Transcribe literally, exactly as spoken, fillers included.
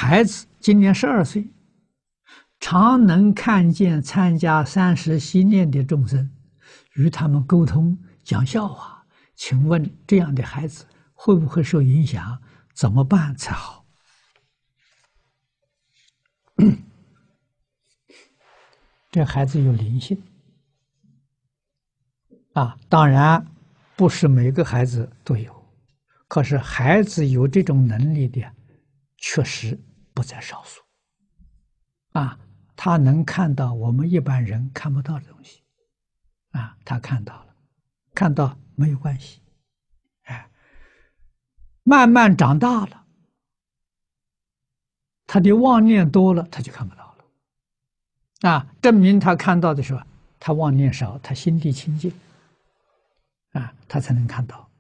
孩子今年十二岁，常能看见参加三时习念的众生，与他们沟通讲笑话，请问这样的孩子会不会受影响？怎么办才好？这孩子有灵性啊，当然不是每个孩子都有，可是孩子有这种能力的，确实不在少数啊。他能看到我们一般人看不到的东西啊，他看到了，看到没有关系，哎，慢慢长大了，他的妄念多了，他就看不到了啊。证明他看到的时候，他妄念少，他心地清净啊，他才能看到。